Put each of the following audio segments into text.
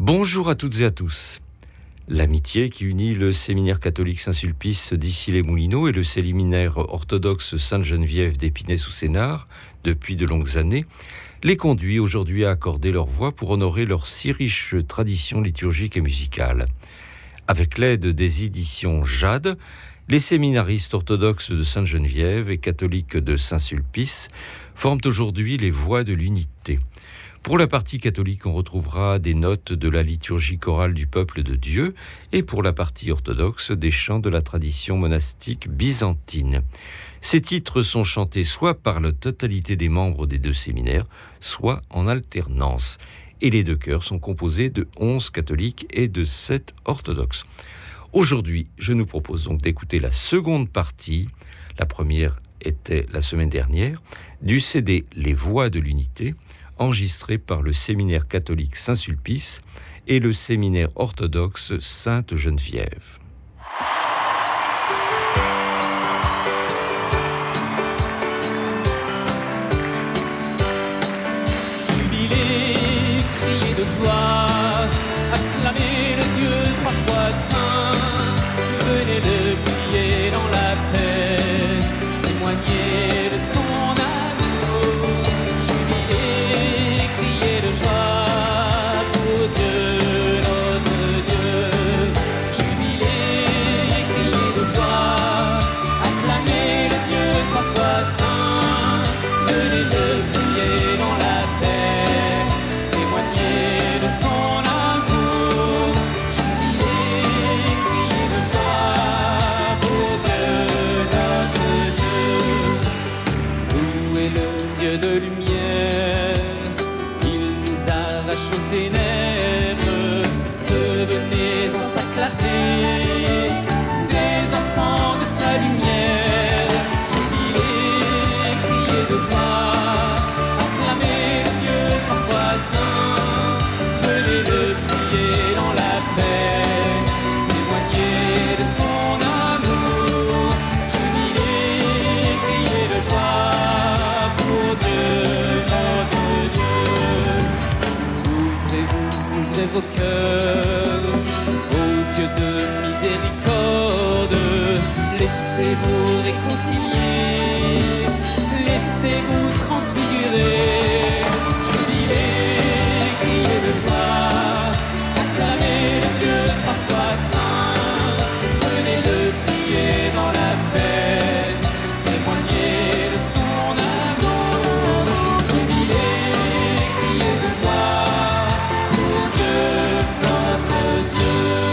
Bonjour à toutes et à tous. L'amitié qui unit le séminaire catholique Saint-Sulpice d'Issy-les-Moulineaux et le séminaire orthodoxe Sainte-Geneviève d'Épinay-sous-Sénart, depuis de longues années, les conduit aujourd'hui à accorder leur voix pour honorer leur si riche tradition liturgique et musicale. Avec l'aide des éditions Jade, les séminaristes orthodoxes de Sainte-Geneviève et catholiques de Saint-Sulpice forment aujourd'hui les voix de l'unité. Pour la partie catholique, on retrouvera des notes de la liturgie chorale du peuple de Dieu et pour la partie orthodoxe, des chants de la tradition monastique byzantine. Ces titres sont chantés soit par la totalité des membres des deux séminaires, soit en alternance. Et les deux chœurs sont composés de 11 catholiques et de 7 orthodoxes. Aujourd'hui, je nous propose donc d'écouter la seconde partie. La première était la semaine dernière, du CD Les Voix de l'Unité, enregistré par le séminaire catholique Saint-Sulpice et le séminaire orthodoxe Sainte-Geneviève. Jubilez, criez de joie, acclamez le Dieu trois fois saint, venez le prier dans la paix, témoignez de son amour. Jubilez, criez de joie pour Dieu, notre Dieu. Jubilez, criez de joie, acclamez le Dieu trois fois saint, venez le prier dans la paix, témoignez de son amour. Jubilez, criez de joie pour Dieu, notre Dieu. Louez le Dieu de lumière, il nous arrache aux ténèbres, devenez en sa clarté, des enfants de sa lumière. Jubilez, criez de joie, acclamez le Dieu trois fois saint, venez le prier dans la paix, témoignez de son amour. Jubilez, criez de joie pour Dieu, notre Dieu. Ouvrez vos cœurs au Dieu de miséricorde, laissez-vous réconcilier, laissez-vous transfigurer. Jubilez, criez de joie, acclamez le Dieu trois fois saint, venez le prier dans la paix, témoignez de son amour. Jubilez, criez de joie pour Dieu, notre Dieu.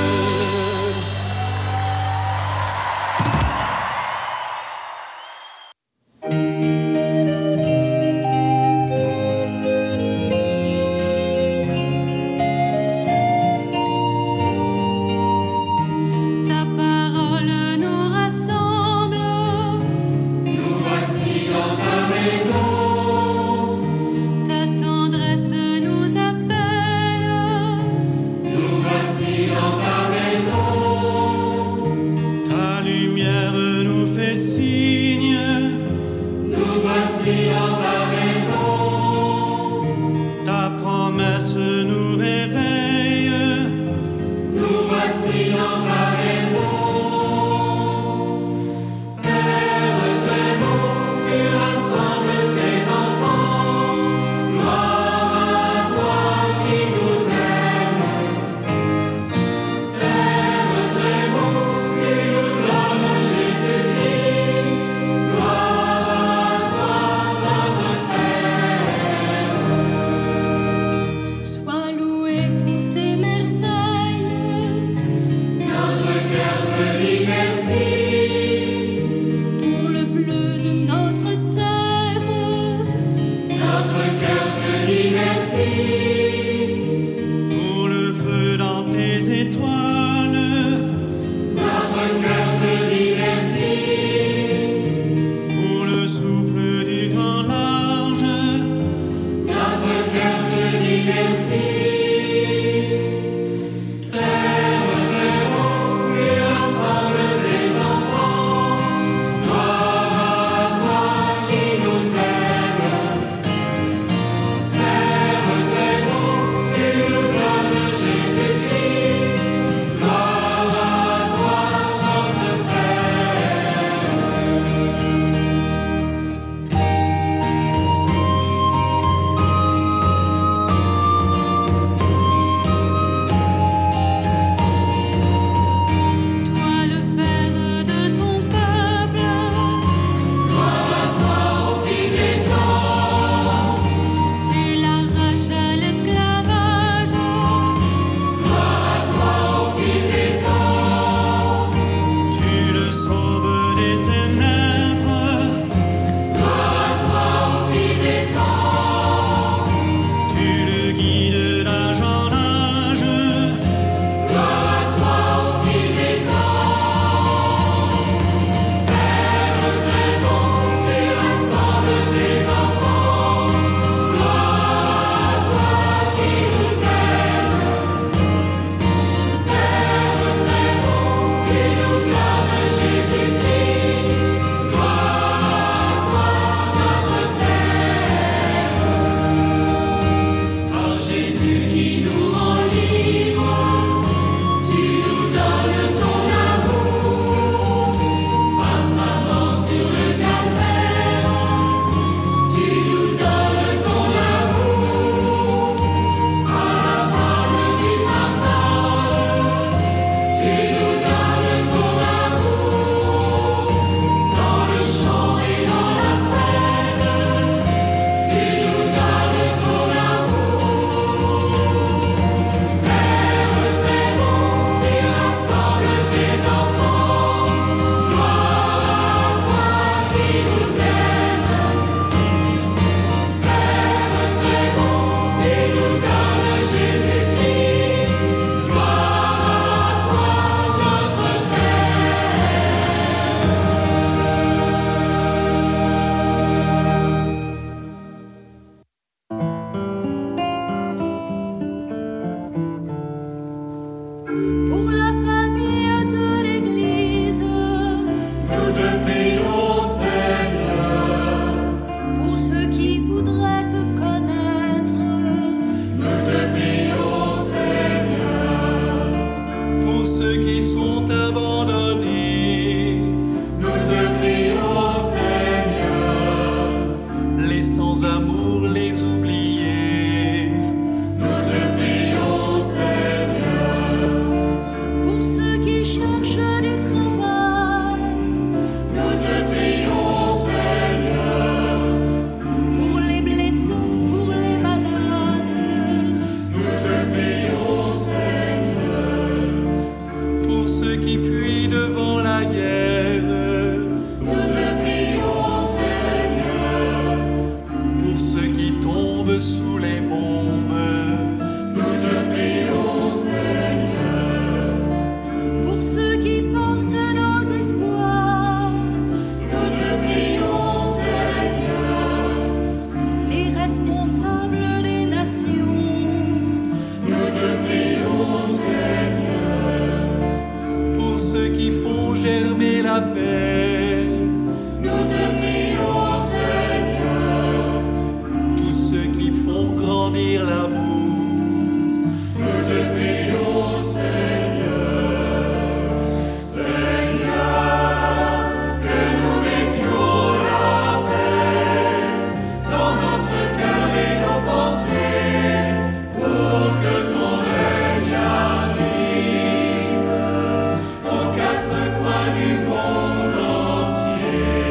Ta parole nous rassemble, Nous voici dans ta maison, ta tendresse nous appelle, nous voici dans ta maison, Ta lumière nous fait signe, nous voici dans ta maison, ta promesse nous réveille. nous voici dans ta maison. Père très bon, tu rassembles tes enfants, gloire à toi qui nous aimes. Père très bon, tu nous donnes Jésus-Christ, gloire à toi notre Père. sois loué pour tes merveilles, la paix. Nous te prions, Seigneur. Tous ceux qui font grandir l'amour. Nous te prions, Seigneur. Seigneur, que nous mettions la paix dans notre cœur et nos pensées, pour que ton règne arrive aux quatre coins du monde entier.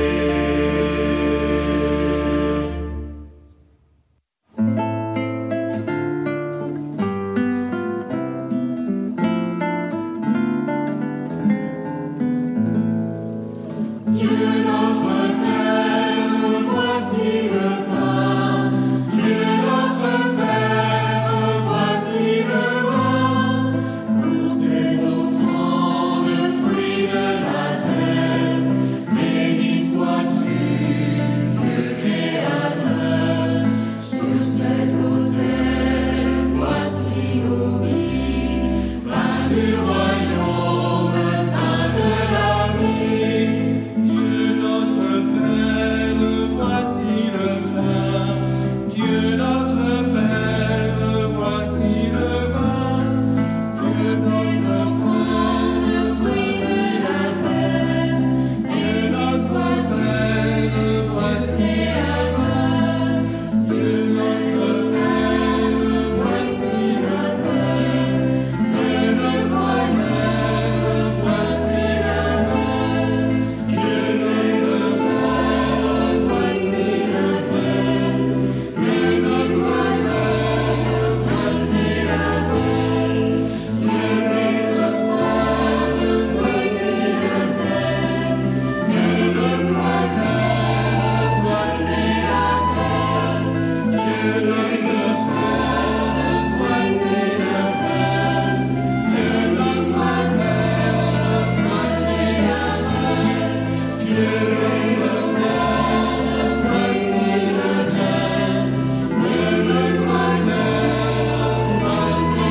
Dieu notre Père, voici le pain. Dieu notre Père, voici le vin. Pour ces offrandes, fruits de la terre, béni sois-tu, Dieu créateur. Sur cet autel, voici nos vies, vin du royaume, pain de la vie. Dieu notre Père, voici le pain. Dieu notre Père, voici le vin. Pour ces offrandes, fruits de la terre, béni sois-tu, voici la terre. Sur cet autel, voici la terre, béni sois-tu, voici la terre. Sur cet autel, voici la terre, béni sois-tu, voici la terre. Sur cet autel, voici la terre, béni sois-tu, voici la terre. Sur cet autel, voici la terre, béni sois-tu, voici la terre. Sur cet autel, voici la terre, béni sois-tu, voici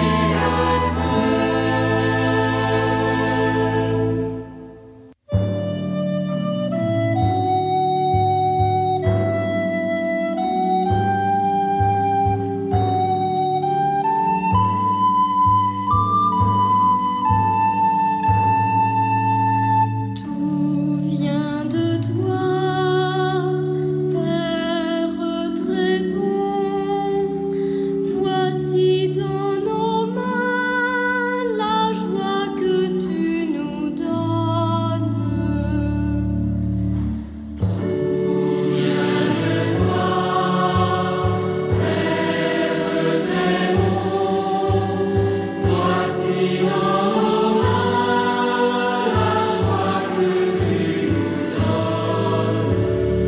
la terre. Tout vient de toi, Père très bon. Voici dans nos mains la joie que tu nous donnes. Voici dans nos mains la joie que tu nous donnes.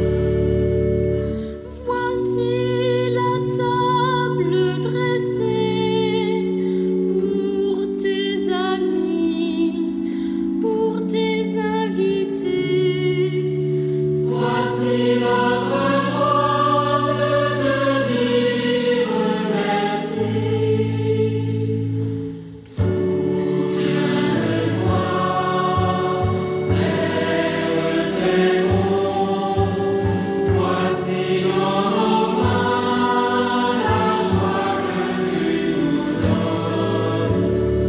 Voici la table dressée pour tes amis, pour tes invités. Voici notre joie de te dire merci. Tout vient de toi, Père très bon. Voici dans nos mains la joie que tu nous donnes.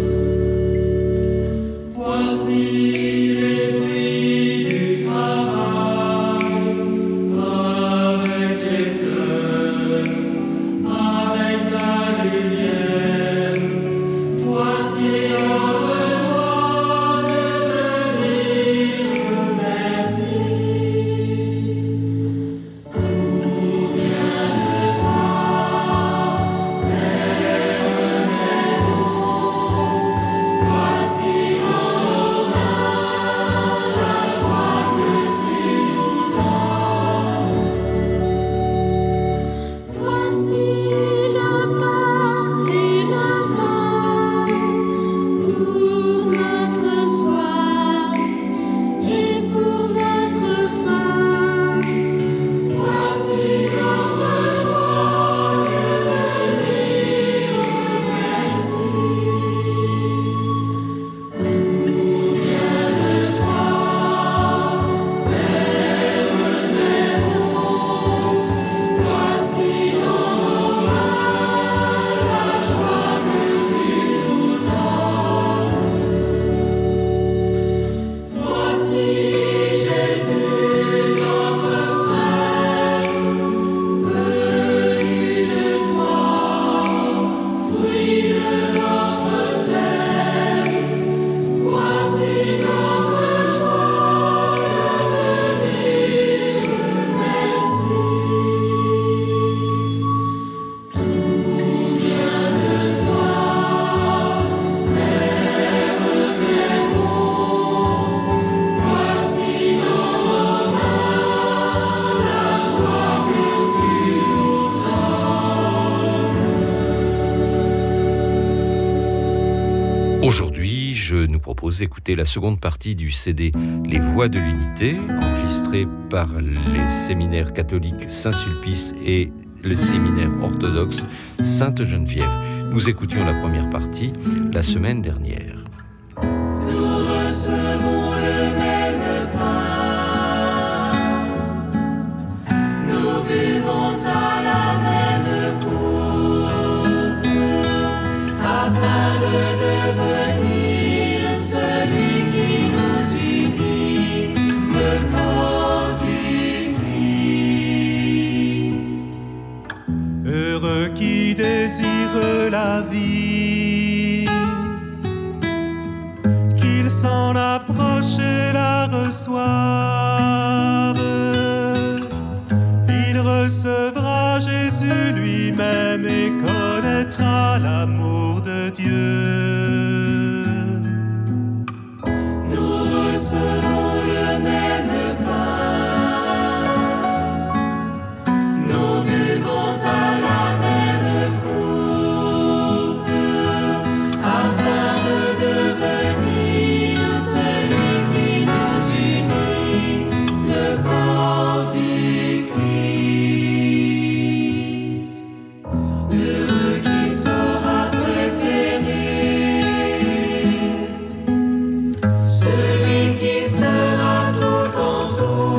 Voici les fruits du travail, avec les fleurs, avec la lumière. Voici notre joie de te dire merci. Tout vient de toi, Père très bon. Voici dans nos mains la joie que tu nous donnes. Voici le pain et le vin Aujourd'hui, je nous propose d'écouter la seconde partie du CD Les Voix de l'Unité, enregistré par les séminaires catholiques Saint-Sulpice et le séminaire orthodoxe Sainte-Geneviève. Nous écoutions la première partie la semaine dernière. Nous recevons le même pain, nous buvons à la même coupe, afin de devenir celui qui nous unit, le corps du Christ. Heureux qui désire la vie, qu'il s'en approche et la reçoive. Il recevra Jésus lui-même et connaîtra l'amour de Dieu. Nous recevons le même pain, nous buvons à la même coupe, afin de devenir celui qui nous unit, le corps du Christ. Heureux qui saura préférer celui qui sera tout en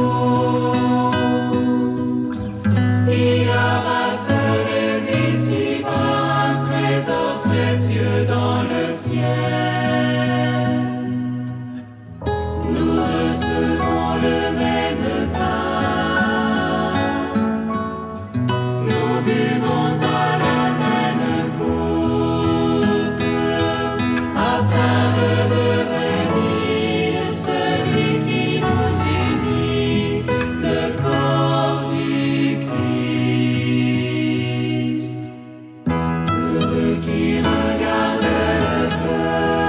tous. Il amasse les ici-bas un trésor précieux dans le ciel. Nous recevons le même pain, nous buvons à la même coupe, afin de devenir celui qui nous unit, le corps du Christ. Heureux qui regarde le cœur,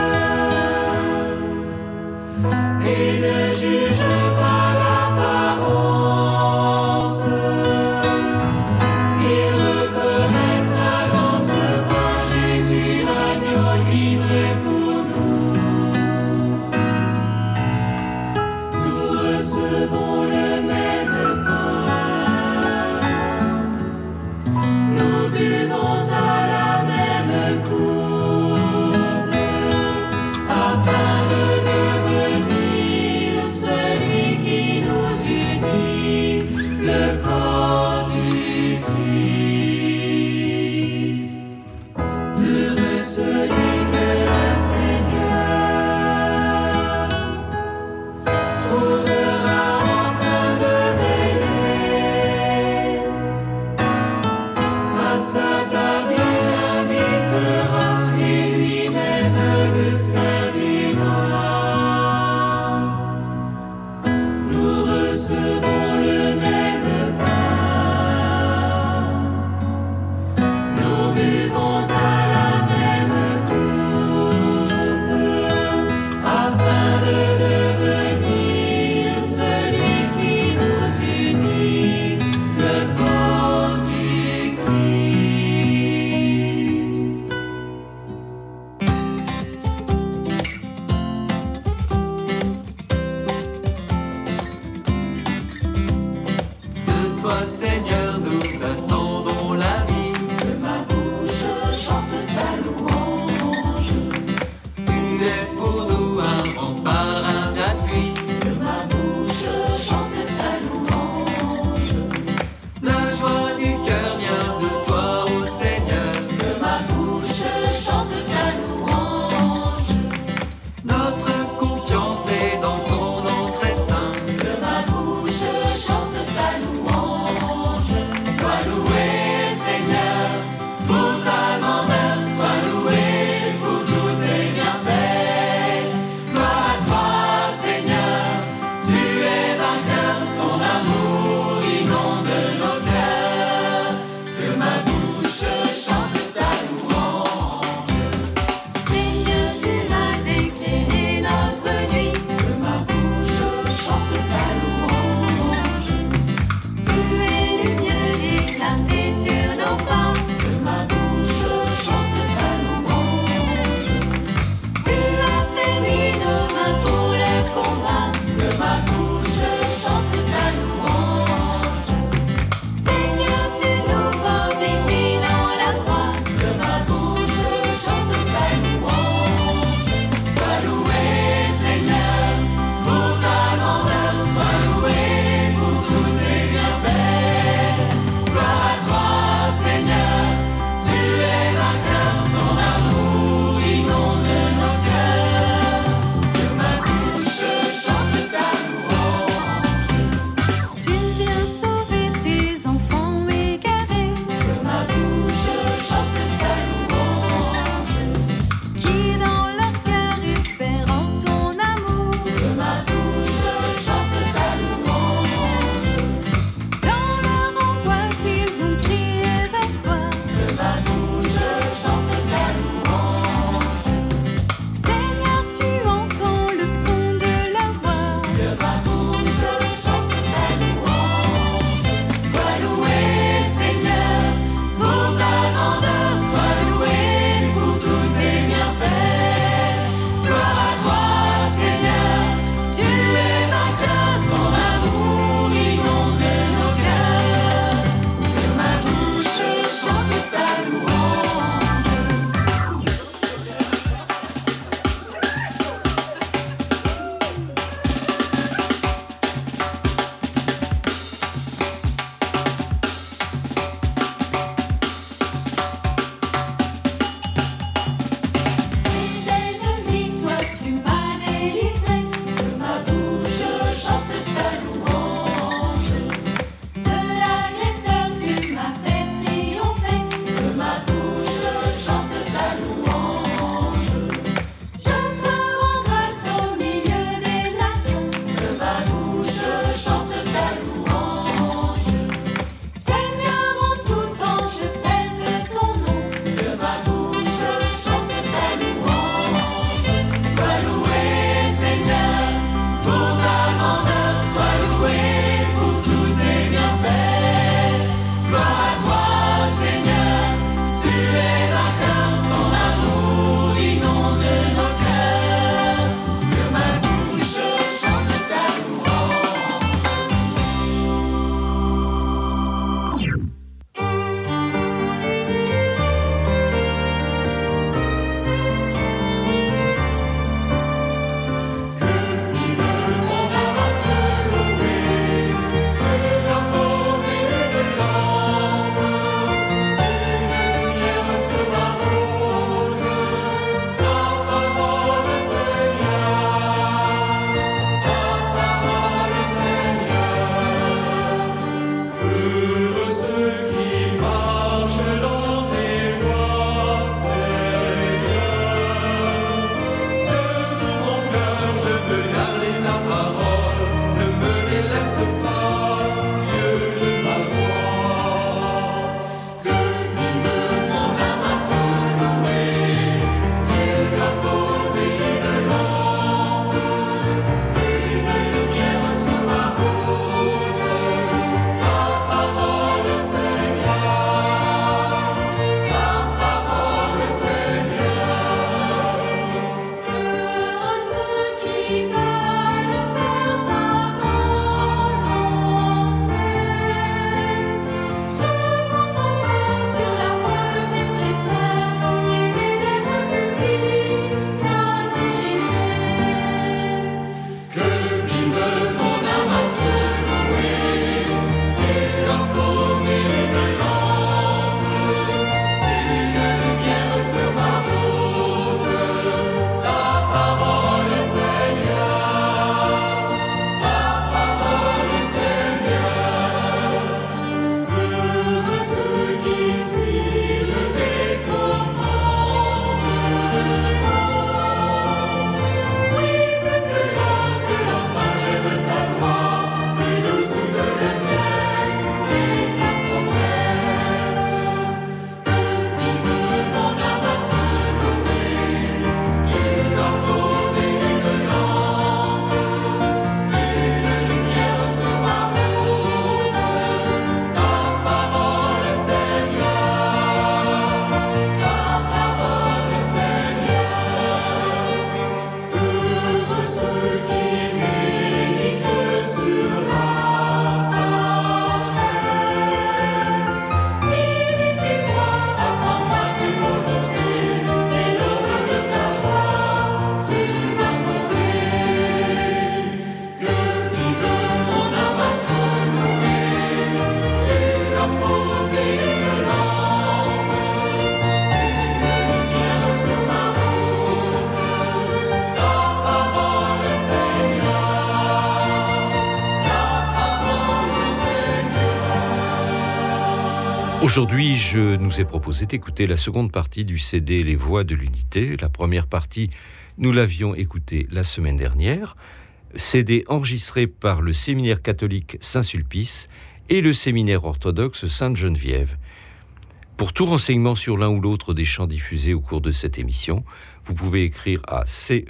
Aujourd'hui, je nous ai proposé d'écouter la seconde partie du CD Les Voix de l'Unité. La première partie, nous l'avions écoutée la semaine dernière. CD enregistré par le séminaire catholique Saint-Sulpice et le séminaire orthodoxe Sainte-Geneviève. Pour tout renseignement sur l'un ou l'autre des chants diffusés au cours de cette émission, vous pouvez écrire à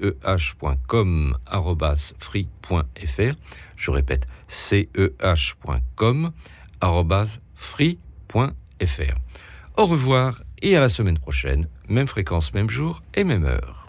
ceh.com@free.fr. Je répète, ceh.com@free.fr. Au revoir et à la semaine prochaine, même fréquence, même jour et même heure.